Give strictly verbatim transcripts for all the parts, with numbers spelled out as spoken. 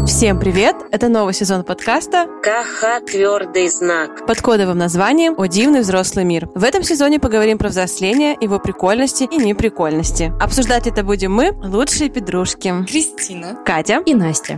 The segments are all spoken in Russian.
Всем привет! Это новый сезон подкаста КХ «Твердый знак» под кодовым названием «О дивный взрослый мир». В этом сезоне поговорим про взросление, его прикольности и неприкольности. Обсуждать это будем мы, лучшие подружки. Кристина, Катя и Настя.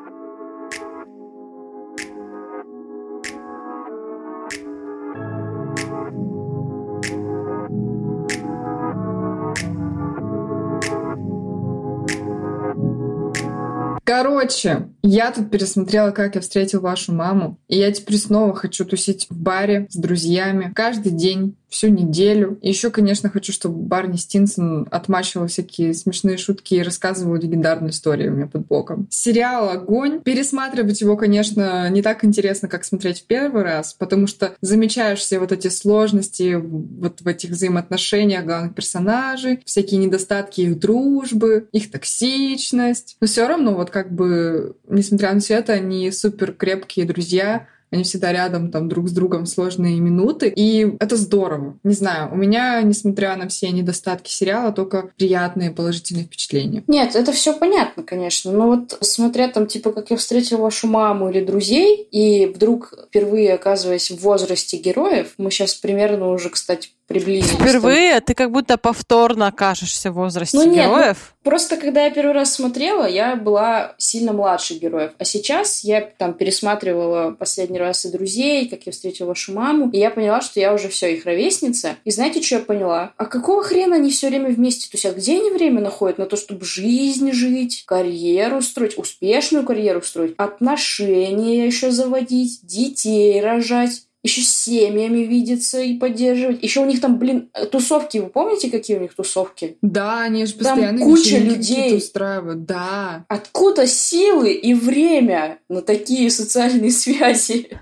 Короче, я тут пересмотрела «Как я встретил вашу маму», и я теперь снова хочу тусить в баре с друзьями каждый день, всю неделю. И еще, конечно, хочу, чтобы Барни Стинсон отмачивал всякие смешные шутки и рассказывал легендарную историю у меня под боком. Сериал «Огонь». Пересматривать его, конечно, не так интересно, как смотреть в первый раз, потому что замечаешь все вот эти сложности вот в этих взаимоотношениях главных персонажей, всякие недостатки их дружбы, их токсичность. Но все равно вот как бы, несмотря на все это, они супер крепкие друзья, они всегда рядом там друг с другом в сложные минуты, и это здорово. Не знаю, у меня, несмотря на все недостатки сериала, только приятные положительные впечатления. Нет, это все понятно, конечно, но вот смотря там, типа, «Как я встретил вашу маму» или «Друзей», и вдруг впервые оказываясь в возрасте героев, мы сейчас примерно уже, кстати, приблизились. Впервые ты как будто повторно окажешься в возрасте ну, нет, героев. Ну, просто когда я первый раз смотрела, я была сильно младше героев. А сейчас я там пересматривала последний раз и «Друзей», «Как я встретила вашу маму», и я поняла, что я уже все их ровесница. И знаете, что я поняла? А какого хрена они все время вместе тусят? Где они время находят на то, чтобы жизнь жить, карьеру строить, успешную карьеру строить, отношения еще заводить, детей рожать? Еще с семьями видеться и поддерживать. Еще у них там, блин, тусовки. Вы помните, какие у них тусовки? Да, они же постоянно там куча людей устраивают. Да. Откуда силы и время на такие социальные связи?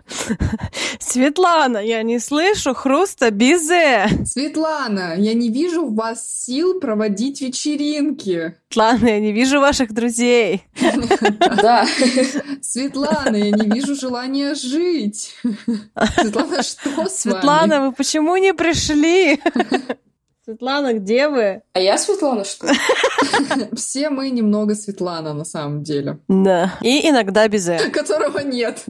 Светлана, я не слышу хруста бизе. Светлана, я не вижу в вас сил проводить вечеринки. Светлана, я не вижу ваших друзей. Да. Светлана, я не вижу желания жить. Светлана, что с Светлана, вами? вы почему не пришли? Светлана, где вы? А я Светлана, что ли? Все мы немного Светлана, на самом деле. Да. И иногда бизе. Которого нет.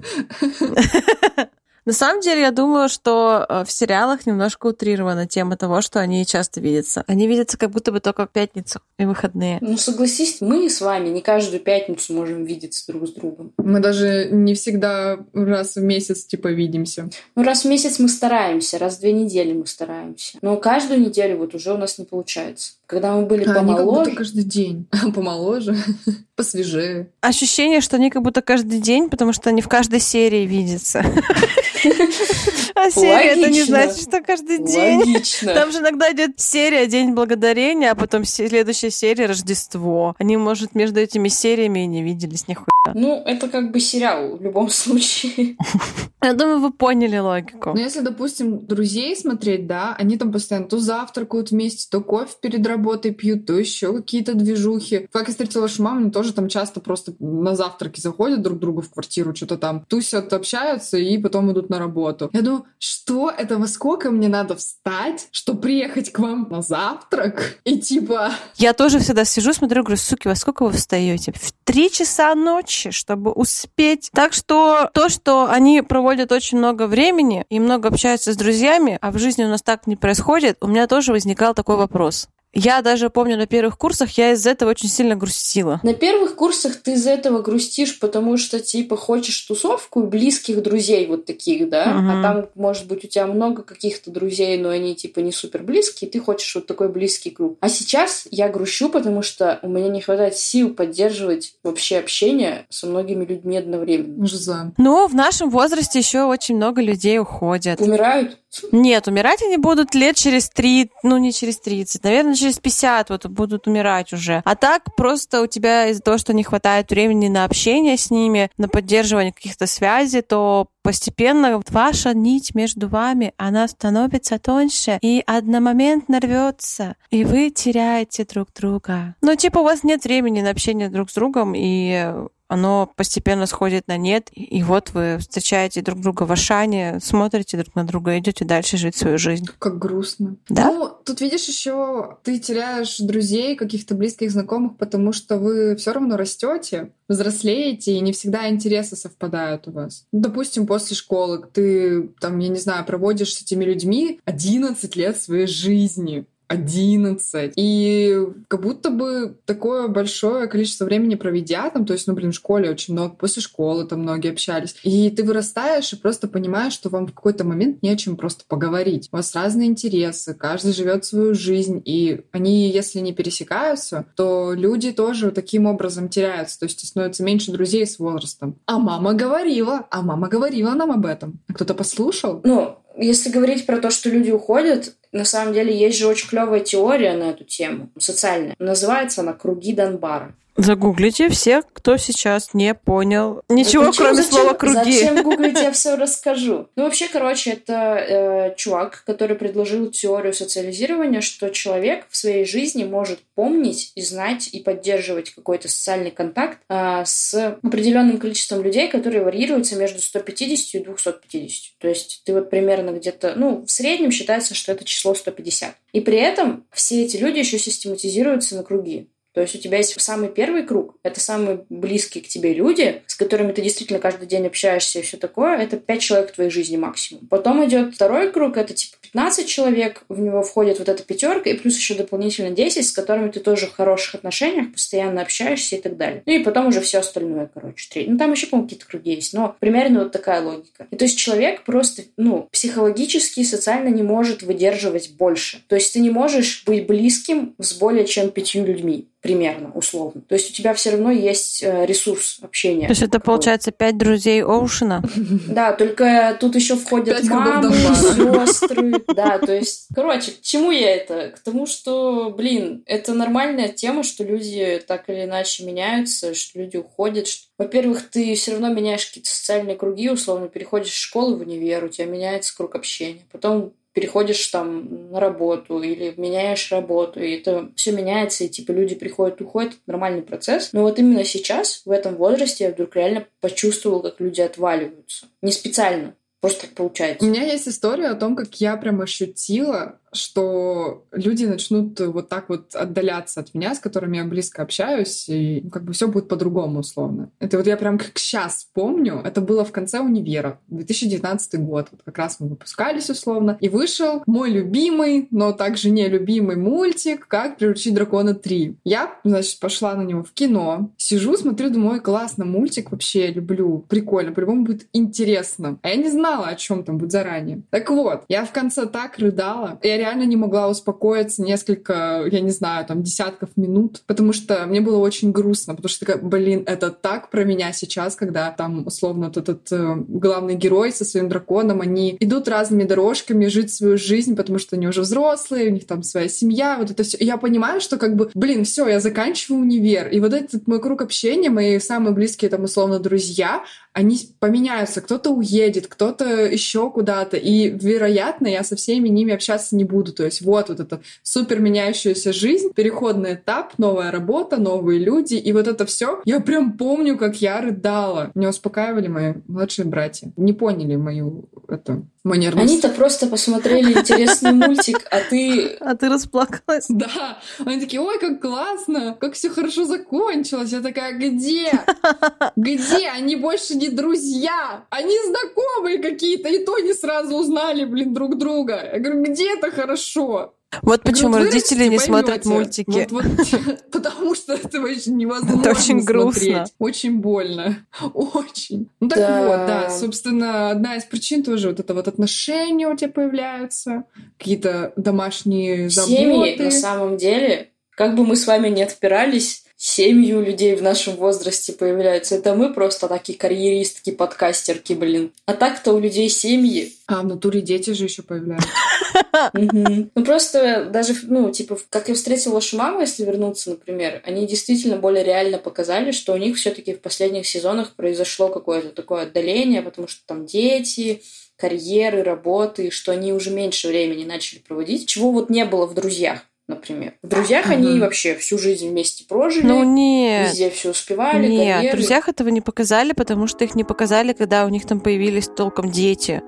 На самом деле, я думаю, что в сериалах немножко утрирована тема того, что они часто видятся. Они видятся как будто бы только в пятницу и выходные. Ну, согласись, мы с вами не каждую пятницу можем видеться друг с другом. Мы даже не всегда раз в месяц, типа, видимся. Ну, раз в месяц мы стараемся, раз в две недели мы стараемся. Но каждую неделю вот уже у нас не получается. Когда мы были а помоложе... они как будто каждый день. Помоложе, посвежее. Ощущение, что они как будто каждый день, потому что они в каждой серии видятся. А серия это не значит, что каждый день. Логично. Там же иногда идет серия День благодарения, а потом следующая серия Рождество. Они, может, между этими сериями и не виделись нихуя. Ну, это как бы сериал в любом случае. Я думаю, вы поняли логику. Но если, допустим, «Друзей» смотреть, да, они там постоянно то завтракают вместе, то кофе перед работой пьют, то еще какие-то движухи. «Как я встретила вашу маму», они тоже там часто просто на завтраки заходят друг к другу в квартиру, что-то там тусят, общаются и потом идут на работу. Я думаю, что это, во сколько мне надо встать, чтобы приехать к вам на завтрак? И типа... Я тоже всегда сижу, смотрю, говорю, суки, во сколько вы встаете? В три часа ночи, чтобы успеть. Так что то, что они проводят очень много времени и много общаются с друзьями, а в жизни у нас так не происходит, у меня тоже возникал такой вопрос. Я даже помню, на первых курсах я из-за этого очень сильно грустила. На первых курсах ты из-за этого грустишь, потому что, типа, хочешь тусовку и близких друзей вот таких, да? Uh-huh. А там, может быть, у тебя много каких-то друзей, но они, типа, не супер близкие, и ты хочешь вот такой близкий круг. А сейчас я грущу, потому что у меня не хватает сил поддерживать вообще общение со многими людьми одновременно. Жиза. Ну, в нашем возрасте еще очень много людей уходят. Умирают? Нет, умирать они будут лет через три, ну не через тридцать, наверное, через пятьдесят вот будут умирать уже. А так просто у тебя из-за того, что не хватает времени на общение с ними, на поддерживание каких-то связей, то постепенно ваша нить между вами, она становится тоньше и одномоментно рвется, и вы теряете друг друга. Ну, типа, у вас нет времени на общение друг с другом, и оно постепенно сходит на нет, и вот вы встречаете друг друга в Ашане, смотрите друг на друга, идете дальше жить свою жизнь. Как грустно. Да? Ну, тут видишь еще, ты теряешь друзей, каких-то близких знакомых, потому что вы все равно растете, взрослеете, и не всегда интересы совпадают у вас. Ну, допустим, после школы ты, там, я не знаю, проводишь с этими людьми одиннадцать лет своей жизни. одиннадцать. И как будто бы такое большое количество времени проведя там, то есть, ну, блин, в школе очень много, после школы там многие общались. И ты вырастаешь и просто понимаешь, что вам в какой-то момент не о чем просто поговорить. У вас разные интересы, каждый живет свою жизнь, и они, если не пересекаются, то люди тоже таким образом теряются, то есть становится меньше друзей с возрастом. А мама говорила, а мама говорила нам об этом. А кто-то послушал? Ну, если говорить про то, что люди уходят, на самом деле есть же очень клевая теория на эту тему, социальная. Называется она «Круги Донбара». Загуглите всех, кто сейчас не понял ничего, Зачем, кроме зачем, слова «круги». Зачем гуглить, я все расскажу. Ну, вообще, короче, это э, чувак, который предложил теорию социализирования, что человек в своей жизни может помнить и знать и поддерживать какой-то социальный контакт э, с определенным количеством людей, которые варьируются между сто пятьдесят и двести пятьдесят. То есть ты вот примерно где-то, ну, в среднем считается, что это число сто пятьдесят. И при этом все эти люди еще систематизируются на круги. То есть у тебя есть самый первый круг, это самые близкие к тебе люди, с которыми ты действительно каждый день общаешься и все такое, это пять человек в твоей жизни максимум. Потом идет второй круг, это типа пятнадцать человек, в него входит вот эта пятерка, и плюс еще дополнительно десять, с которыми ты тоже в хороших отношениях, постоянно общаешься и так далее. Ну и потом уже все остальное, короче, треть. Ну там еще, по-моему, какие-то круги есть, но примерно вот такая логика. И то есть человек просто, ну, психологически и социально не может выдерживать больше. То есть ты не можешь быть близким с более чем пятью людьми. Примерно, условно. То есть у тебя все равно есть ресурс общения. То есть это, получается, пять друзей Оушена? Да, только тут еще входят мамы, сестры. Да, то есть, короче, к чему я это? К тому, что, блин, это нормальная тема, что люди так или иначе меняются, что люди уходят. Что... Во-первых, ты все равно меняешь какие-то социальные круги, условно, переходишь из школы в универ, у тебя меняется круг общения. Потом переходишь там на работу или меняешь работу, и это все меняется, и типа люди приходят, уходят, это нормальный процесс. Но вот именно сейчас, в этом возрасте, я вдруг реально почувствовала, как люди отваливаются. Не специально, просто так получается. У меня есть история о том, как я прям ощутила, что люди начнут вот так вот отдаляться от меня, с которыми я близко общаюсь, и как бы все будет по-другому условно. Это вот я прям как сейчас помню, это было в конце универа, две тысячи девятнадцатый год, вот как раз мы выпускались условно, и вышел мой любимый, но также нелюбимый мультик «Как приручить дракона три». Я, значит, пошла на него в кино, сижу, смотрю, думаю, ой, классно, мультик вообще люблю, прикольно, по-любому будет интересно. А я не знала, о чем там будет заранее. Так вот, я в конце так рыдала, я реально не могла успокоиться несколько, я не знаю, там, десятков минут, потому что мне было очень грустно, потому что такая, блин, это так про меня сейчас, когда там, условно, вот этот э, главный герой со своим драконом, они идут разными дорожками жить свою жизнь, потому что они уже взрослые, у них там своя семья, вот это все. И я понимаю, что как бы, блин, все, я заканчиваю универ, и вот этот мой круг общения, мои самые близкие, там, условно, друзья, они поменяются, кто-то уедет, кто-то еще куда-то, и, вероятно, я со всеми ними общаться не буду. То есть вот, вот эта супер меняющаяся жизнь, переходный этап, новая работа, новые люди, и вот это все. Я прям помню, как я рыдала. Меня успокаивали мои младшие братья. Не поняли мою, это, мой нервность. Они-то просто посмотрели интересный мультик, а ты... А ты расплакалась? Да. Они такие, ой, как классно, как все хорошо закончилось. Я такая, где? Где? Они больше не друзья. Они знакомые какие-то, и то не сразу узнали, блин, друг друга. Я говорю, где это хорошо? Вот почему говорю, родители не поймете. смотрят мультики. Вот, вот, потому что это очень невозможно это очень грустно. Смотреть. Очень больно. Очень. Ну так да. вот, да. Собственно, одна из причин тоже вот это вот отношения у тебя появляются, какие-то домашние заботы. Семьи, на самом деле, как бы мы с вами не отпирались, семьи у людей в нашем возрасте появляются. Это мы просто такие карьеристки, подкастерки, блин. А так-то у людей семьи. А в натуре дети же еще появляются. Ну просто даже, ну, типа, как я встретила вашу маму, если вернуться, например, они действительно более реально показали, что у них все-таки в последних сезонах произошло какое-то такое отдаление, потому что там дети, карьеры, работы, что они уже меньше времени начали проводить, чего вот не было в «Друзьях». например. В «Друзьях» Мгм. они вообще всю жизнь вместе прожили, Ну нет. везде все успевали, Нет, в карьеры. «Друзьях» этого не показали, потому что их не показали, когда у них там появились толком дети.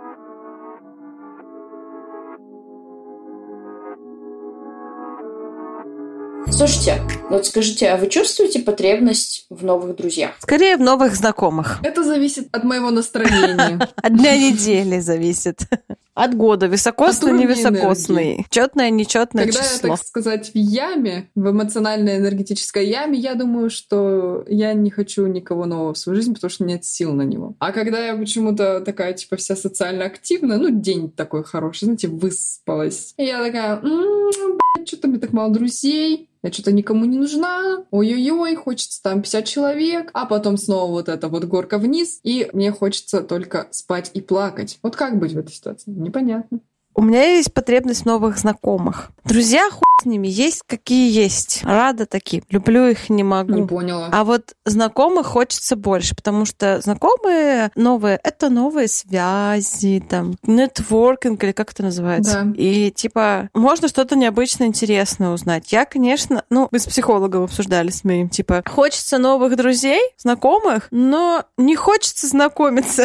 Слушайте, вот скажите, а вы чувствуете потребность в новых друзьях? Скорее, в новых знакомых. Это зависит от моего настроения. От дня недели зависит. От года. Високосный, От уровня невисокосный. Четное, нечетное Когда я, число. так сказать, в яме, в эмоционально-энергетической яме, я думаю, что я не хочу никого нового в свою жизнь, потому что нет сил на него. А когда я почему-то такая, типа, вся социально активная, ну, день такой хороший, знаете, выспалась. И я такая, м-м, блядь, что-то мне так мало друзей. Я что-то никому не нужна, ой-ой-ой, хочется там пятьдесят человек, а потом снова вот эта вот горка вниз, и мне хочется только спать и плакать. Вот как быть в этой ситуации? Непонятно. У меня есть потребность в новых знакомых. Друзья, хуй с ними, есть какие есть. Рада такие. Люблю их, не могу. Не поняла. А вот знакомых хочется больше, потому что знакомые новые — это новые связи, там, нетворкинг, или как это называется. Да. И, типа, можно что-то необычное, интересное узнать. Я, конечно, ну, мы с психологом обсуждали с моим, типа, хочется новых друзей, знакомых, но не хочется знакомиться.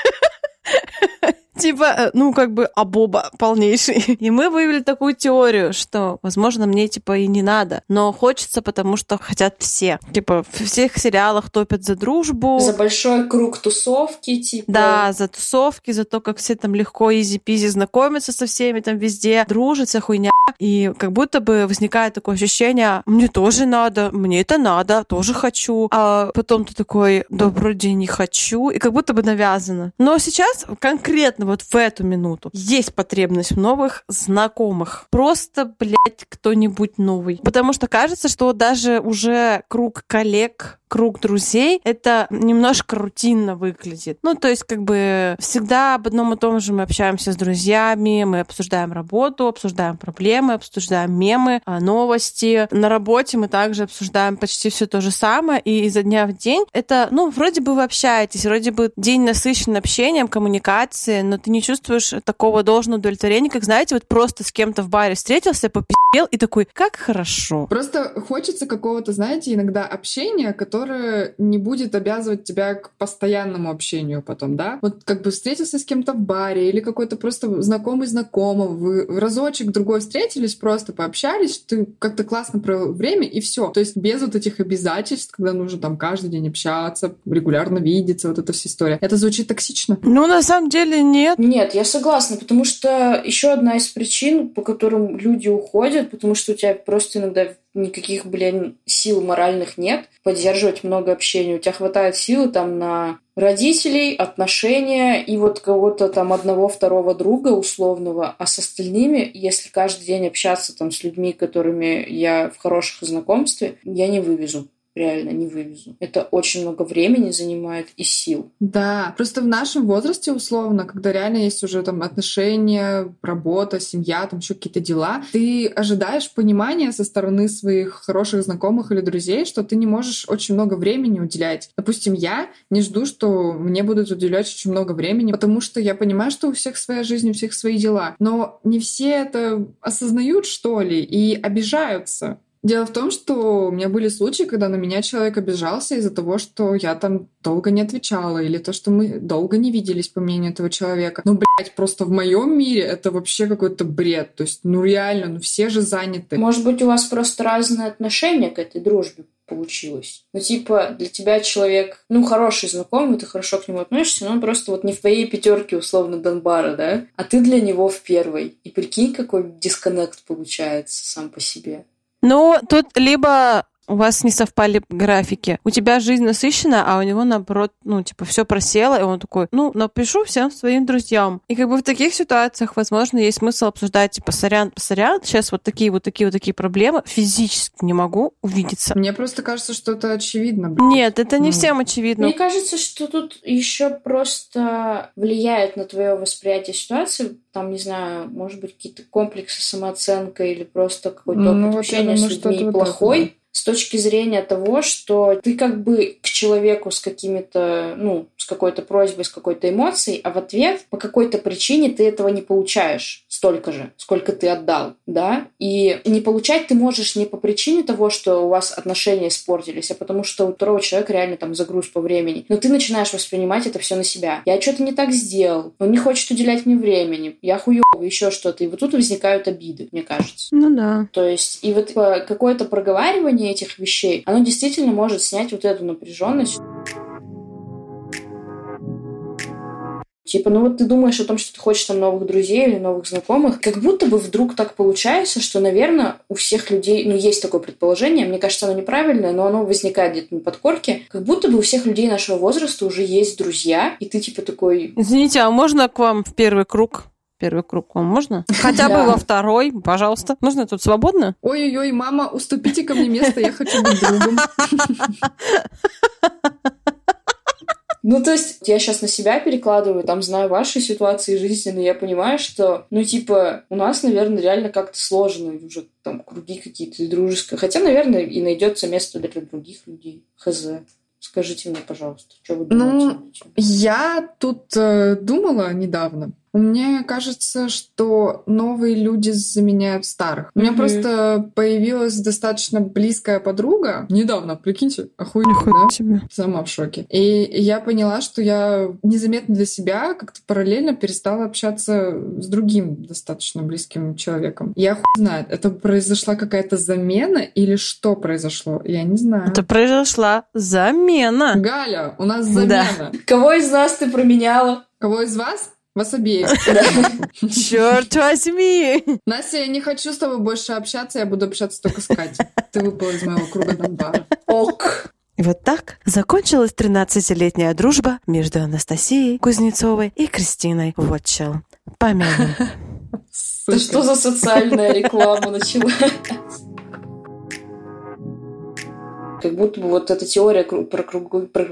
Типа, ну, как бы, абоба полнейший. И мы вывели такую теорию, что, возможно, мне, типа, и не надо. Но хочется, потому что хотят все. Типа, в всех сериалах топят за дружбу. За большой круг тусовки, типа. Да, за тусовки, за то, как все там легко, изи-пизи знакомятся со всеми, там везде дружат, вся хуйня. И как будто бы возникает такое ощущение, мне тоже надо, мне это надо, тоже хочу. А потом ты такой, да, вроде не хочу. И как будто бы навязано. Но сейчас конкретно вот в эту минуту есть потребность в новых знакомых. Просто, блядь, кто-нибудь новый. Потому что кажется, что даже уже круг коллег, круг друзей, это немножко рутинно выглядит. Ну, то есть, как бы, всегда об одном и том же мы общаемся с друзьями, мы обсуждаем работу, обсуждаем проблемы, обсуждаем мемы, новости. На работе мы также обсуждаем почти все то же самое, и изо дня в день это, ну, вроде бы вы общаетесь, вроде бы день насыщен общением, коммуникацией, но ты не чувствуешь такого должного удовлетворения, как, знаете, вот просто с кем-то в баре встретился, попи***л и такой, как хорошо. Просто хочется какого-то, знаете, иногда общения, которое не будет обязывать тебя к постоянному общению потом, да? Вот как бы встретился с кем-то в баре или какой-то просто знакомый знакомого, вы разочек другой встретились, просто пообщались, ты как-то классно провел время, и все. То есть без вот этих обязательств, когда нужно там каждый день общаться, регулярно видеться, вот эта вся история. Это звучит токсично. Ну, на самом деле, нет. Нет, я согласна, потому что еще одна из причин, по которым люди уходят, потому что у тебя просто иногда никаких, блин, сил моральных нет поддерживать много общения. У тебя хватает силы там на родителей, отношения и вот кого-то там одного-второго друга условного, а с остальными, если каждый день общаться там с людьми, которыми я в хороших знакомстве, я не вывезу. Реально не вывезу. Это очень много времени занимает и сил. Да, просто в нашем возрасте, условно, когда реально есть уже там отношения, работа, семья, там еще какие-то дела, ты ожидаешь понимания со стороны своих хороших знакомых или друзей, что ты не можешь очень много времени уделять. Допустим, я не жду, что мне будут уделять очень много времени, потому что я понимаю, что у всех своя жизнь, у всех свои дела. Но не все это осознают, что ли, и обижаются. Дело в том, что у меня были случаи, когда на меня человек обижался из-за того, что я там долго не отвечала, или то, что мы долго не виделись, по мнению этого человека. Ну, блядь, просто в моем мире это вообще какой-то бред. То есть, ну реально, ну все же заняты. Может быть, у вас просто разное отношение к этой дружбе получилось. Ну, типа, для тебя человек, ну, хороший знакомый, ты хорошо к нему относишься, но он просто вот не в твоей пятерке, условно, Донбара, да? А ты для него в первой. И прикинь, какой дисконнект получается сам по себе. Ну, тут либо у вас не совпали графики. У тебя жизнь насыщена, а у него, наоборот, ну, типа, все просело, и он такой, ну, напишу всем своим друзьям. И как бы в таких ситуациях, возможно, есть смысл обсуждать, типа, сорян, сорян, сейчас вот такие вот такие вот такие проблемы, физически не могу увидеться. Мне просто кажется, что это очевидно. Блин. Нет, это не Ну. всем очевидно. Мне кажется, что тут еще просто влияет на твое восприятие ситуации, там, не знаю, может быть, какие-то комплексы самооценка или просто какой-то Ну, опыт вот я общения думаю, с что людьми это вот плохой. так, с точки зрения того, что ты как бы к человеку с какими-то, ну, с какой-то просьбой, с какой-то эмоцией, а в ответ по какой-то причине ты этого не получаешь столько же, сколько ты отдал, да? И не получать ты можешь не по причине того, что у вас отношения испортились, а потому что у второго человека реально там загруз по времени. Но ты начинаешь воспринимать это все на себя. Я что-то не так сделал, он не хочет уделять мне времени, я хуёвый, еще что-то. И вот тут возникают обиды, мне кажется. Ну да. То есть, и вот какое-то проговаривание этих вещей, оно действительно может снять вот эту напряженность. Типа, ну вот ты думаешь о том, что ты хочешь там новых друзей или новых знакомых, как будто бы вдруг так получается, что, наверное, у всех людей, ну, есть такое предположение, мне кажется, оно неправильное, но оно возникает где-то на подкорке, как будто бы у всех людей нашего возраста уже есть друзья, и ты типа такой... Извините, а можно к вам в первый круг? Первый круг вам можно? Хотя бы во второй, пожалуйста. Можно тут свободно? Ой-ой-ой, мама, уступите ко мне место, я хочу быть другом. Ну, то есть, я сейчас на себя перекладываю, там, знаю ваши ситуации жизненные, я понимаю, что, ну, типа, у нас, наверное, реально как-то сложно уже там круги какие-то дружеские. Хотя, наверное, и найдется место для других людей. Хз. Скажите мне, пожалуйста, что вы думаете? Ну, я тут э, думала недавно. Мне кажется, что новые люди заменяют старых. У меня Мгм. просто появилась достаточно близкая подруга. Недавно, прикиньте, охуенно, да? себе. Сама в шоке. И я поняла, что я незаметно для себя как-то параллельно перестала общаться с другим достаточно близким человеком. Я хуй знает, это произошла какая-то замена или что произошло? Я не знаю. Это произошла замена. Галя, у нас замена. Кого из нас ты променяла? Кого из вас? Вас обеих. Черт возьми! Настя, я не хочу с тобой больше общаться, я буду общаться только с Катей. Ты выпала из моего круга Донбара. Ок. И вот так закончилась тринадцатилетняя дружба между Анастасией Кузнецовой и Кристиной Вотчел. Помянем. Да что за социальная реклама началась? Как будто бы вот эта теория кру- про кругу- про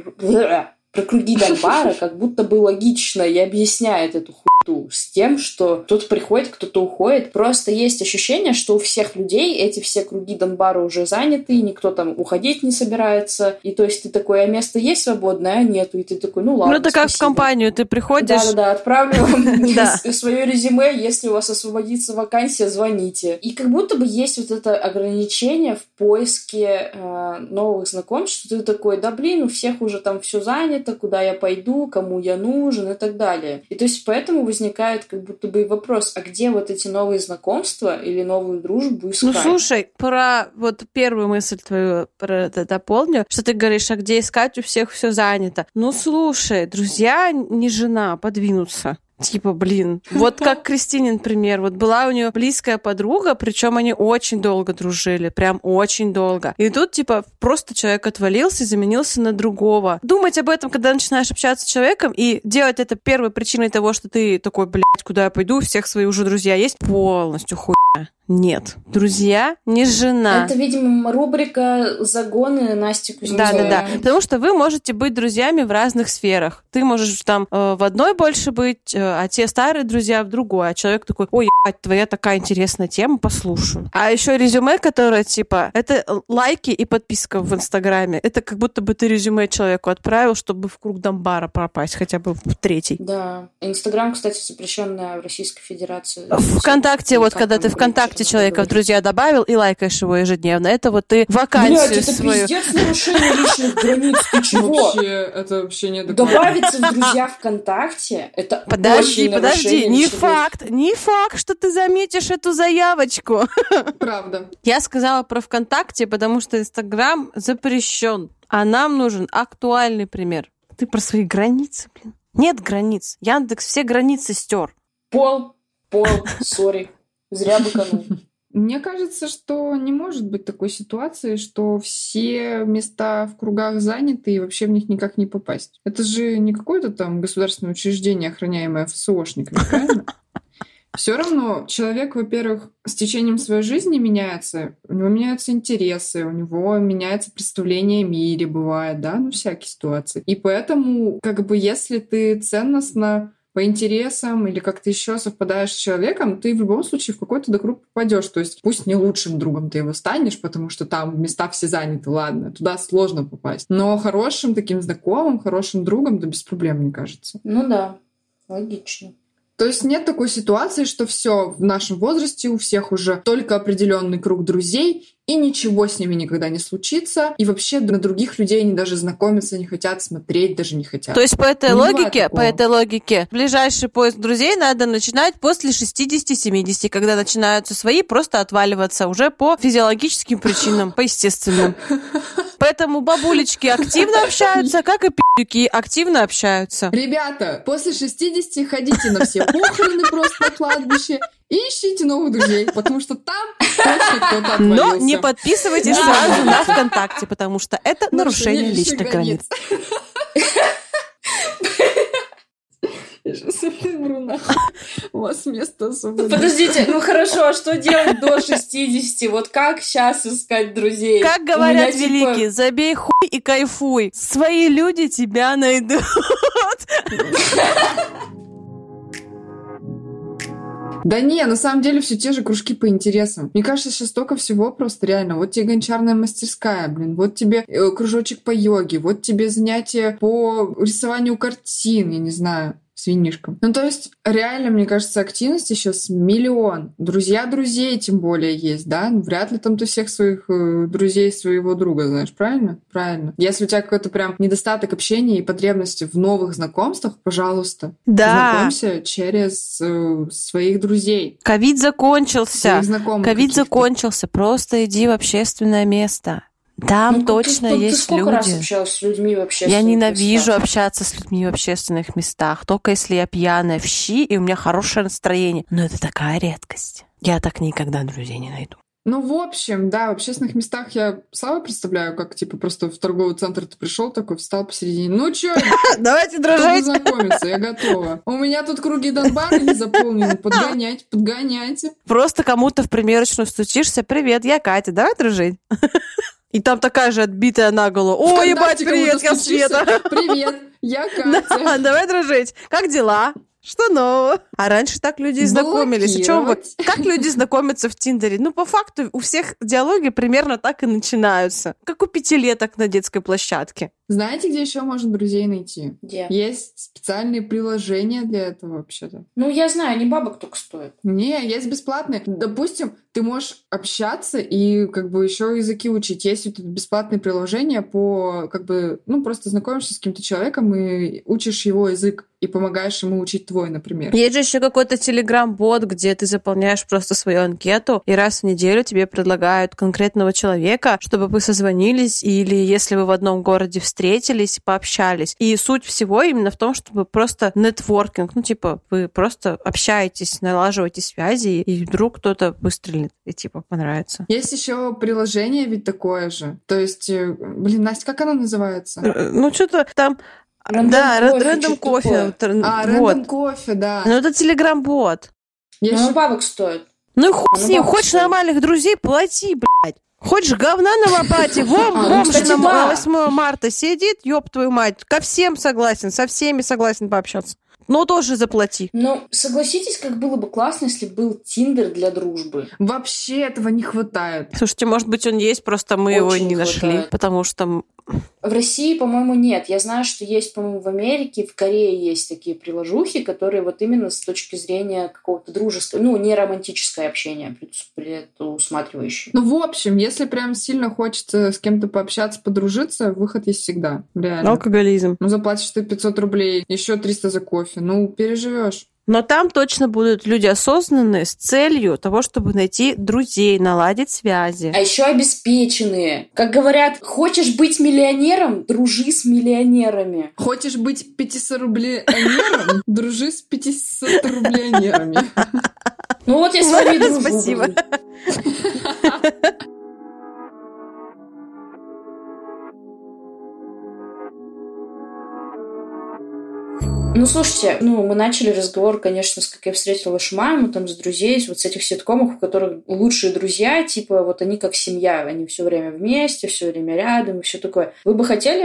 про круги Донбара как будто бы логично и объясняет эту хуйту с тем, что кто-то приходит, кто-то уходит. Просто есть ощущение, что у всех людей эти все круги Донбара уже заняты, и никто там уходить не собирается. И то есть ты такой, а место есть свободное, а нету. И ты такой, ну ладно, Ну, это как в спасибо. компанию, ты приходишь... Да-да-да, отправлю вам Да. свое резюме, если у вас освободится вакансия, звоните. И как будто бы есть вот это ограничение в поиске э, новых знакомств, что ты такой, да блин, у всех уже там все занято, куда я пойду, кому я нужен и так далее. И то есть поэтому возникает как будто бы и вопрос, а где вот эти новые знакомства или новую дружбу искать? Ну, слушай, про вот первую мысль твою про это дополню, что ты говоришь, а где искать, у всех все занято. Ну, слушай, друзья не жена, подвинутся. Типа, блин, вот как Кристине, например, вот была у нее близкая подруга, причем они очень долго дружили, прям очень долго. И тут, типа, просто человек отвалился и заменился на другого. Думать об этом, когда начинаешь общаться с человеком, и делать это первой причиной того, что ты такой, блядь, куда я пойду, у всех свои уже друзья есть, полностью хуйня. Нет. Друзья не жена. Это, видимо, рубрика «Загоны» Насти Кузнецовой. Да-да-да. Потому что вы можете быть друзьями в разных сферах. Ты можешь там э, в одной больше быть, э, а те старые друзья в другой. А человек такой, ой, ебать, твоя такая интересная тема, послушаю. А еще резюме, которое, типа, это лайки и подписка в Инстаграме. Это как будто бы ты резюме человеку отправил, чтобы в круг Донбара пропасть, хотя бы в третий. Да. Инстаграм, кстати, запрещенная в Российской Федерации. ВКонтакте, вот Как когда там, ты блин, ВКонтакте что-то человека в говорить. друзья добавил и лайкаешь его ежедневно, это вот ты вакансию Блядь, это свою... пиздец нарушение личных границ. Ты чего? Вообще, это вообще неадекватно. Добавиться в друзья ВКонтакте — это Подожди, очень подожди, нарушение не личных границ. факт, не факт, что ты заметишь эту заявочку. Правда. Я сказала про ВКонтакте, потому что Инстаграм запрещен, а нам нужен актуальный пример. Ты про свои границы, блин. Нет границ. Яндекс все границы стер. Пол, пол, сори. Зря быканул. Мне кажется, что не может быть такой ситуации, что все места в кругах заняты и вообще в них никак не попасть. Это же не какое-то там государственное учреждение, охраняемое ФСОшниками, правильно? Все равно человек, во-первых, с течением своей жизни меняется, у него меняются интересы, у него меняется представление о мире, бывает, да, ну всякие ситуации. И поэтому, как бы, если ты ценностно по интересам или как-то еще совпадаешь с человеком, ты в любом случае в какой-то круг попадешь. То есть пусть не лучшим другом ты его станешь, потому что там места все заняты, ладно, туда сложно попасть. Но хорошим таким знакомым, хорошим другом, да без проблем, мне кажется. Ну да, логично. То есть нет такой ситуации, что все в нашем возрасте у всех уже только определенный круг друзей, и ничего с ними никогда не случится, и вообще на других людей они даже знакомиться не хотят, смотреть даже не хотят. То есть по этой Не логике, бывает по этой логике, ближайший поиск друзей надо начинать после шестидесяти-семидесяти, когда начинаются свои просто отваливаться уже по физиологическим причинам, по естественным. Поэтому бабулечки активно общаются, как и пи***ки активно общаются. Ребята, после шестидесяти ходите на все похороны просто на кладбище и ищите новых друзей, потому что там точно кто-то отвалился. Но не подписывайтесь сразу на ВКонтакте, потому что это нарушение личных границ. Я сейчас умру нахуй. У вас место особо. Подождите, ну хорошо, а что делать до шестидесяти? Вот как сейчас искать друзей? Как говорят великие, забей хуй и кайфуй. Свои люди тебя найдут. Да не, на самом деле все те же кружки по интересам. Мне кажется, сейчас столько всего просто реально. Вот тебе гончарная мастерская, блин, вот тебе э, кружочек по йоге, вот тебе занятия по рисованию картин, я не знаю, с винишком. Ну, то есть, реально, мне кажется, активности сейчас миллион. Друзья друзей тем более есть, да? Ну, вряд ли там ты всех своих э, друзей своего друга знаешь, правильно? Правильно. Если у тебя какой-то прям недостаток общения и потребности в новых знакомствах, пожалуйста, Да. знакомься через э, своих друзей. Ковид закончился. Своих знакомых Ковид каких-то. закончился. Просто иди в общественное место. Там Ну, точно ты, ты, есть ты сколько люди. раз общалась с людьми вообще? Я ненавижу общаться с людьми в общественных местах. Только если я пьяная в щи, и у меня хорошее настроение. Но это такая редкость. Я так никогда друзей не найду. Ну, в общем, да, в общественных местах я слабо представляю, как, типа, просто в торговый центр ты пришел такой, встал посередине. Ну, чё, давайте чтобы дружить. знакомиться, я готова. У меня тут круги Донбара не заполнены. Подгонять, подгоняйте. Просто кому-то в примерочную стучишься. Привет, я Катя, давай дружить. И там такая же отбитая наголо. О, ебать, ВКонтакте привет, кому-то я стучишься. Света. Привет, я Катя. Да, давай дружить. Как дела? Что нового? А раньше так люди и знакомились. О чем вы? Блокировать. Как люди знакомятся в Тиндере? Ну, по факту, у всех диалоги примерно так и начинаются. Как у пятилеток на детской площадке. Знаете, где еще можно друзей найти? Где? Есть специальные приложения для этого вообще-то. Ну, я знаю, они бабок только стоят. Не, есть бесплатные. Допустим, ты можешь общаться и как бы еще языки учить. Есть вот бесплатные приложения по как бы, ну, просто знакомишься с каким-то человеком и учишь его язык и помогаешь ему учить твой, например. Есть же еще какой-то телеграм-бот, где ты заполняешь просто свою анкету, и раз в неделю тебе предлагают конкретного человека, чтобы вы созвонились, или если вы в одном городе встретились, пообщались. И суть всего именно в том, чтобы просто нетворкинг, ну, типа, вы просто общаетесь, налаживаете связи, и вдруг кто-то выстрелит, и, типа, понравится. Есть еще приложение ведь такое же. То есть, э, блин, Настя, как оно называется? Ну, что-то там... Рандом да, кофе, рандом что-то кофе. такое. Тр- А, вот. рандом кофе, да. Ну, это телеграм-бот. Я Ну, ещё- он бабок стоит. Ну и хуй Ну, с ним, бабушка. хочешь нормальных друзей, плати, блядь. Хочешь говна на лопате, вон А, ну, бомж кстати, на да. восьмое марта сидит, ёб твою мать, ко всем согласен, со всеми согласен пообщаться. Но тоже заплати. Ну, согласитесь, как было бы классно, если был Тиндер для дружбы. Вообще этого не хватает. Слушайте, может быть, он есть, просто мы его Очень не нашли, хватает. потому что... м, В России, по-моему, нет. Я знаю, что есть, по-моему, в Америке, в Корее есть такие приложухи, которые вот именно с точки зрения какого-то дружеского, ну, не романтическое общение предусматривающее. Ну, в общем, если прям сильно хочется с кем-то пообщаться, подружиться, выход есть всегда. Реально. алкоголизм. Ну, заплатишь ты пятьсот рублей, еще триста за кофе. Ну, переживешь. Но там точно будут люди осознанные с целью того, чтобы найти друзей, наладить связи. А еще обеспеченные. Как говорят, хочешь быть миллионером, дружи с миллионерами. Хочешь быть пятисот-рублеонером? Дружи с пятисот-рублеонерами. Ну вот я с вами дружу. Спасибо. блин. Ну, слушайте, ну, мы начали разговор, конечно, с «Как я встретила вашу маму», там, с друзей, вот с этих ситкомов, в которых лучшие друзья, типа, вот они как семья, они все время вместе, все время рядом и все такое. Вы бы хотели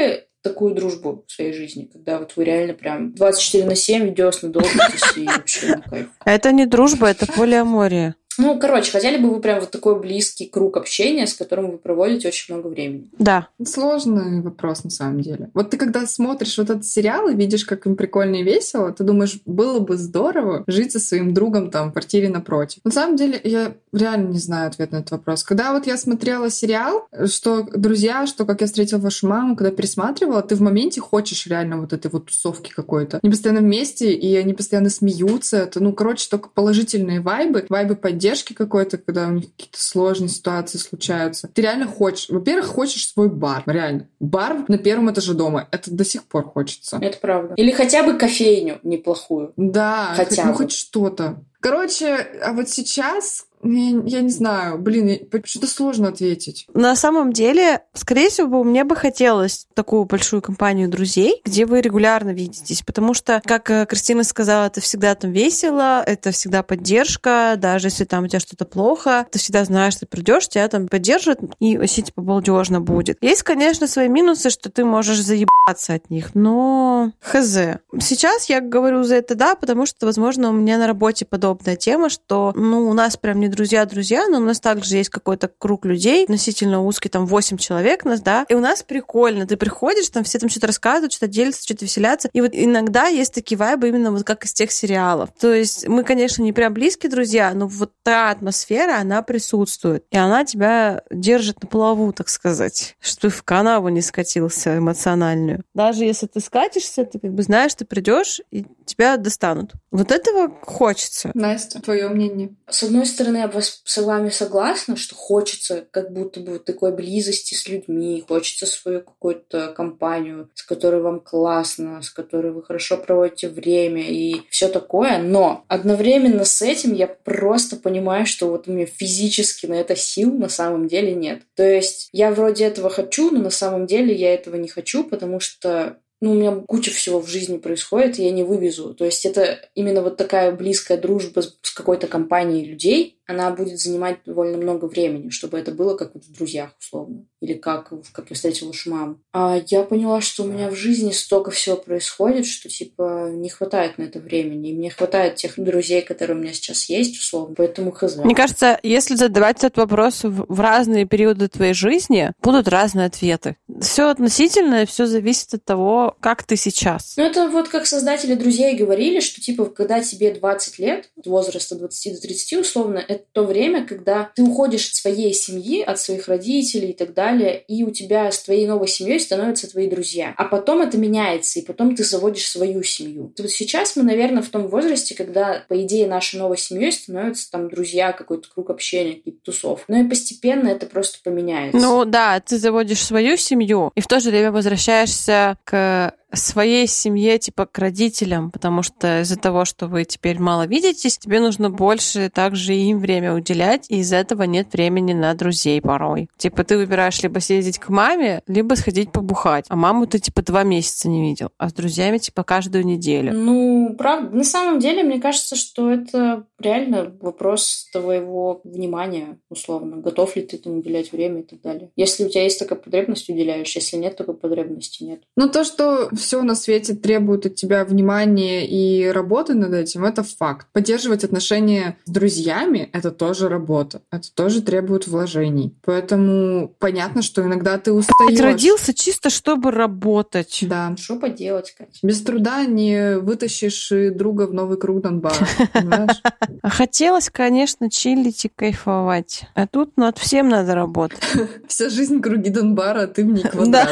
такую дружбу в своей жизни, когда вот вы реально прям двадцать четыре на семь видеосно долбитесь и вообще на кайф. Это не дружба, это полиамория. Ну, короче, хотели бы вы прям вот такой близкий круг общения, с которым вы проводите очень много времени? Да. Сложный вопрос на самом деле. Вот ты когда смотришь вот этот сериал и видишь, как им прикольно и весело, ты думаешь, было бы здорово жить со своим другом там в квартире напротив. На самом деле, я реально не знаю ответ на этот вопрос. Когда вот я смотрела сериал, что «Друзья», что «Как я встретил вашу маму», когда пересматривала, ты в моменте хочешь реально вот этой вот тусовки какой-то. Они постоянно вместе, и они постоянно смеются. Это, ну, короче, только положительные вайбы, вайбы поддержки какой-то, когда у них какие-то сложные ситуации случаются. Ты реально хочешь. Во-первых, хочешь свой бар. Реально. Бар на первом этаже дома. Это до сих пор хочется. Это правда. Или хотя бы кофейню неплохую. Да. Хотя ну, бы. хоть что-то. Короче, а вот сейчас... Я, я не знаю, блин, что-то сложно ответить. На самом деле, скорее всего, мне бы хотелось такую большую компанию друзей, где вы регулярно видитесь, потому что, как Кристина сказала, это всегда там весело, это всегда поддержка, даже если там у тебя что-то плохо, ты всегда знаешь, ты придешь, тебя там поддержат, и вообще типа балдежно будет. Есть, конечно, свои минусы, что ты можешь заебаться от них, но хз. Сейчас я говорю за это да, потому что, возможно, у меня на работе подобная тема, что, ну, у нас прям не друзья-друзья, но у нас также есть какой-то круг людей, относительно узкий, там восемь человек нас, да, и у нас прикольно. Ты приходишь, там все там что-то рассказывают, что-то делятся, что-то веселятся. И вот иногда есть такие вайбы именно вот как из тех сериалов. То есть мы, конечно, не прям близкие друзья, но вот та атмосфера, она присутствует. И она тебя держит на плаву, так сказать, чтобы ты в канаву не скатился эмоциональную. Даже если ты скатишься, ты как бы знаешь, ты придешь и тебя достанут. Вот этого хочется. Настя, твое мнение? С одной стороны, я с вами согласна, что хочется как будто бы вот такой близости с людьми, хочется свою какую-то компанию, с которой вам классно, с которой вы хорошо проводите время и все такое, но одновременно с этим я просто понимаю, что вот у меня физически на это сил на самом деле нет. То есть я вроде этого хочу, но на самом деле я этого не хочу, потому что ну, у меня куча всего в жизни происходит, и я не вывезу. То есть это именно вот такая близкая дружба с какой-то компанией людей, она будет занимать довольно много времени, чтобы это было как вот в «Друзьях», условно. Или как, как я встретила вашу маму. А я поняла, что у меня в жизни столько всего происходит, что, типа, не хватает на это времени. И мне хватает тех друзей, которые у меня сейчас есть, условно. Поэтому хз. Мне кажется, если задавать этот вопрос в разные периоды твоей жизни, будут разные ответы. Все относительно, и все зависит от того, как ты сейчас. Ну, это вот как создатели «Друзей» говорили, что, типа, когда тебе двадцать лет, от возраста двадцати до тридцати, условно, это то время, когда ты уходишь от своей семьи, от своих родителей и так далее, и у тебя с твоей новой семьей становятся твои друзья. А потом это меняется, и потом ты заводишь свою семью. Вот сейчас мы, наверное, в том возрасте, когда, по идее, нашей новой семьей становятся там друзья, какой-то круг общения, какие-то тусовки. Но и постепенно это просто поменяется. Ну да, ты заводишь свою семью, и в то же время возвращаешься к своей семье, типа к родителям, потому что из-за того, что вы теперь мало видитесь, тебе нужно больше также им время уделять, и из-за этого нет времени на друзей порой. Типа ты выбираешь либо съездить к маме, либо сходить побухать. А маму ты типа два месяца не видел, а с друзьями типа каждую неделю. Ну, правда. На самом деле, мне кажется, что это реально вопрос твоего внимания, условно. Готов ли ты этому уделять время и так далее. Если у тебя есть такая потребность, уделяешь. Если нет такой потребности, нет. Ну, то, что все на свете требует от тебя внимания и работы над этим, это факт. Поддерживать отношения с друзьями — это тоже работа. Это тоже требует вложений. Поэтому понятно, что иногда ты устаешь. Ты родился чисто, чтобы работать. Да. Что поделать, Катя? Без труда не вытащишь друга в новый круг Донбара, понимаешь? Хотелось, конечно, чилить и кайфовать. А тут над всем надо работать. Вся жизнь круги Донбара, а ты в ней квадрат,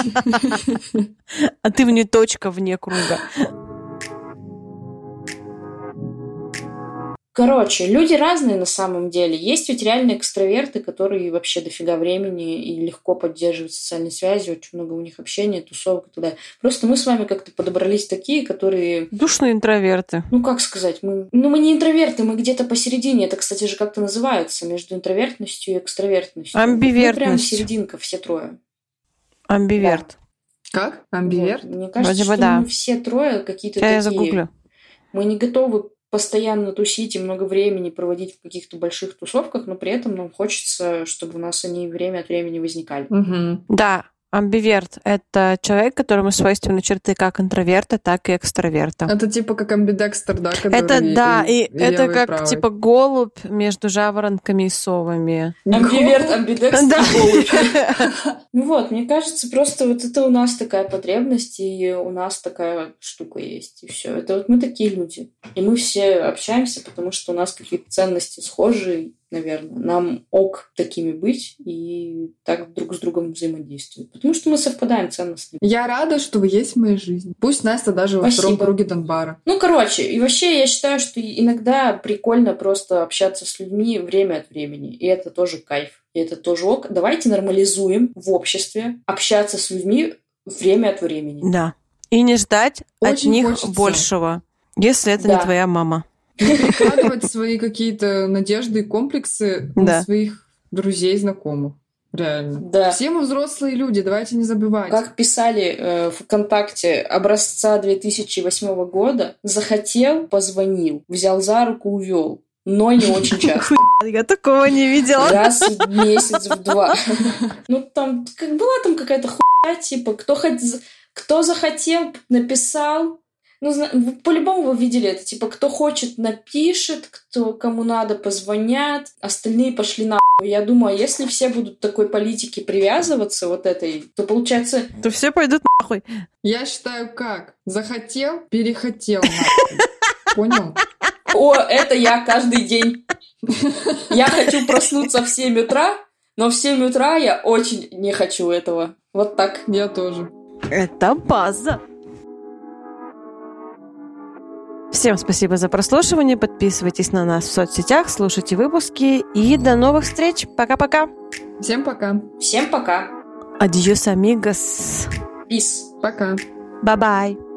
блядь. А ты вне точка, вне круга. Короче, люди разные на самом деле. Есть ведь реально экстраверты, которые вообще дофига времени и легко поддерживают социальные связи, очень много у них общения, тусовок и так далее. Просто мы с вами как-то подобрались такие, которые... Душные интроверты. Ну, как сказать? Мы... Ну, мы не интроверты, мы где-то посередине. Это, кстати же, как-то называется, между интровертностью и экстравертностью. Амбивертность. Мы прям серединка, все трое. Амбиверт. Да. Как? Амбиверт? Вот. Мне кажется, Вроде бы что да. мы все трое какие-то Сейчас такие... я загуглю. Мы не готовы постоянно тусить и много времени проводить в каких-то больших тусовках, но при этом нам хочется, чтобы у нас они время от времени возникали. Угу. Да, Амбиверт — это человек, которому свойственны черты как интроверта, так и экстраверта. Это типа как амбидекстер, да? Это, да, и, и это левый, как правый. типа голубь между жаворонками и совами. Амбиверт, амбидекстер, Да. голубь. Ну вот, мне кажется, просто вот это у нас такая потребность, и у нас такая штука есть, и все. Это вот мы такие люди. И мы все общаемся, потому что у нас какие-то ценности схожие, наверное. Нам ок такими быть и так друг с другом взаимодействовать. Потому что мы совпадаем ценностно. Я рада, что вы есть в моей жизни. Пусть Настя даже во Спасибо. втором круге Донбара. Ну, короче, и вообще я считаю, что иногда прикольно просто общаться с людьми время от времени. И это тоже кайф. И это тоже ок. Давайте нормализуем в обществе общаться с людьми время от времени. Да. И не ждать от Очень них хочется. большего, если это Да. не твоя мама. Не перекладывать свои какие-то надежды и комплексы Да. на своих друзей, знакомых. Реально. Да. Все мы взрослые люди, давайте не забывать. Как писали э, в ВКонтакте образца две тысячи восьмого года, захотел, позвонил, взял за руку, увел. Но не очень часто. Я такого не видела. Раз в месяц, в два. Ну, там, как была там какая-то хуйня, типа, кто, хоть, кто захотел, написал. Ну, зна- вы по-любому вы видели это. Типа, кто хочет, напишет, кто кому надо, позвонят. Остальные пошли нахуй. Я думаю, если все будут к такой политике привязываться, вот этой, то получается... То все пойдут нахуй. Я считаю, как? Захотел, перехотел. нахуй. Понял? О, это я каждый день. Я хочу проснуться в семь утра, но в семь утра я очень не хочу этого. Вот так. Я тоже. Это база. Всем спасибо за прослушивание. Подписывайтесь на нас в соцсетях, слушайте выпуски и до новых встреч. Пока-пока. Всем пока. Всем пока. Адьос, амигос. Peace. Пока. Бай-бай.